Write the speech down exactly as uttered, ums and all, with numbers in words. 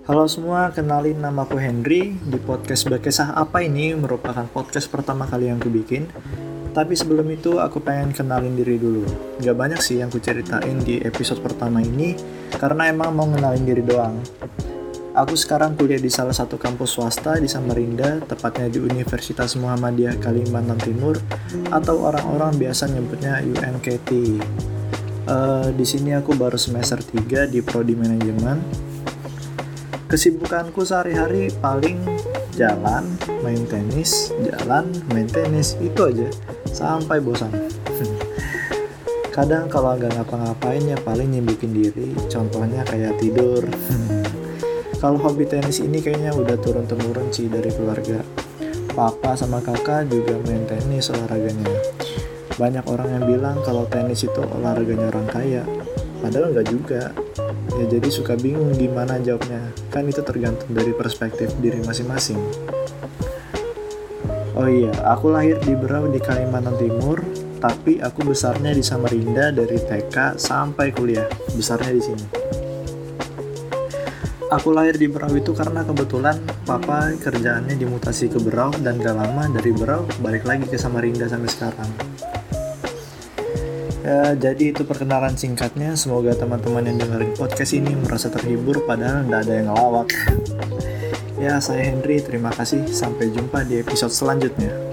Halo semua, kenalin nama aku Henry. Di podcast Berkisah Apa Ini merupakan podcast pertama kali yang aku bikin. Tapi sebelum itu aku pengen kenalin diri dulu. Gak banyak sih yang aku ceritain di episode pertama ini, karena emang mau kenalin diri doang. Aku sekarang kuliah di salah satu kampus swasta di Samarinda, tepatnya di Universitas Muhammadiyah Kalimantan Timur, atau orang-orang biasa nyebutnya U M K T. Uh, di sini aku baru semester tiga di Prodi Manajemen. Kesibukanku sehari-hari paling jalan, main tenis, jalan, main tenis, itu aja, sampai bosan. Kadang kalau nggak ngapa-ngapain ya paling nyibukin diri, contohnya kayak tidur. Kalau hobi tenis ini kayaknya udah turun-temurun sih dari keluarga. Papa sama kakak juga main tenis olahraganya. Banyak orang yang bilang kalau tenis itu olahraganya orang kaya, padahal nggak juga. Ya jadi suka bingung gimana jawabnya. Kan itu tergantung dari perspektif diri masing-masing. Oh iya, aku lahir di Berau di Kalimantan Timur, tapi aku besarnya di Samarinda dari T K sampai kuliah. Besarnya di sini. Aku lahir di Berau itu karena kebetulan papa kerjaannya dimutasi ke Berau, dan gak lama dari Berau balik lagi ke Samarinda sampai sekarang. Ya, jadi itu perkenalan singkatnya. Semoga teman-teman yang dengerin podcast ini merasa terhibur padahal nggak ada yang ngelawak. Ya, saya Henry, terima kasih. Sampai jumpa di episode selanjutnya.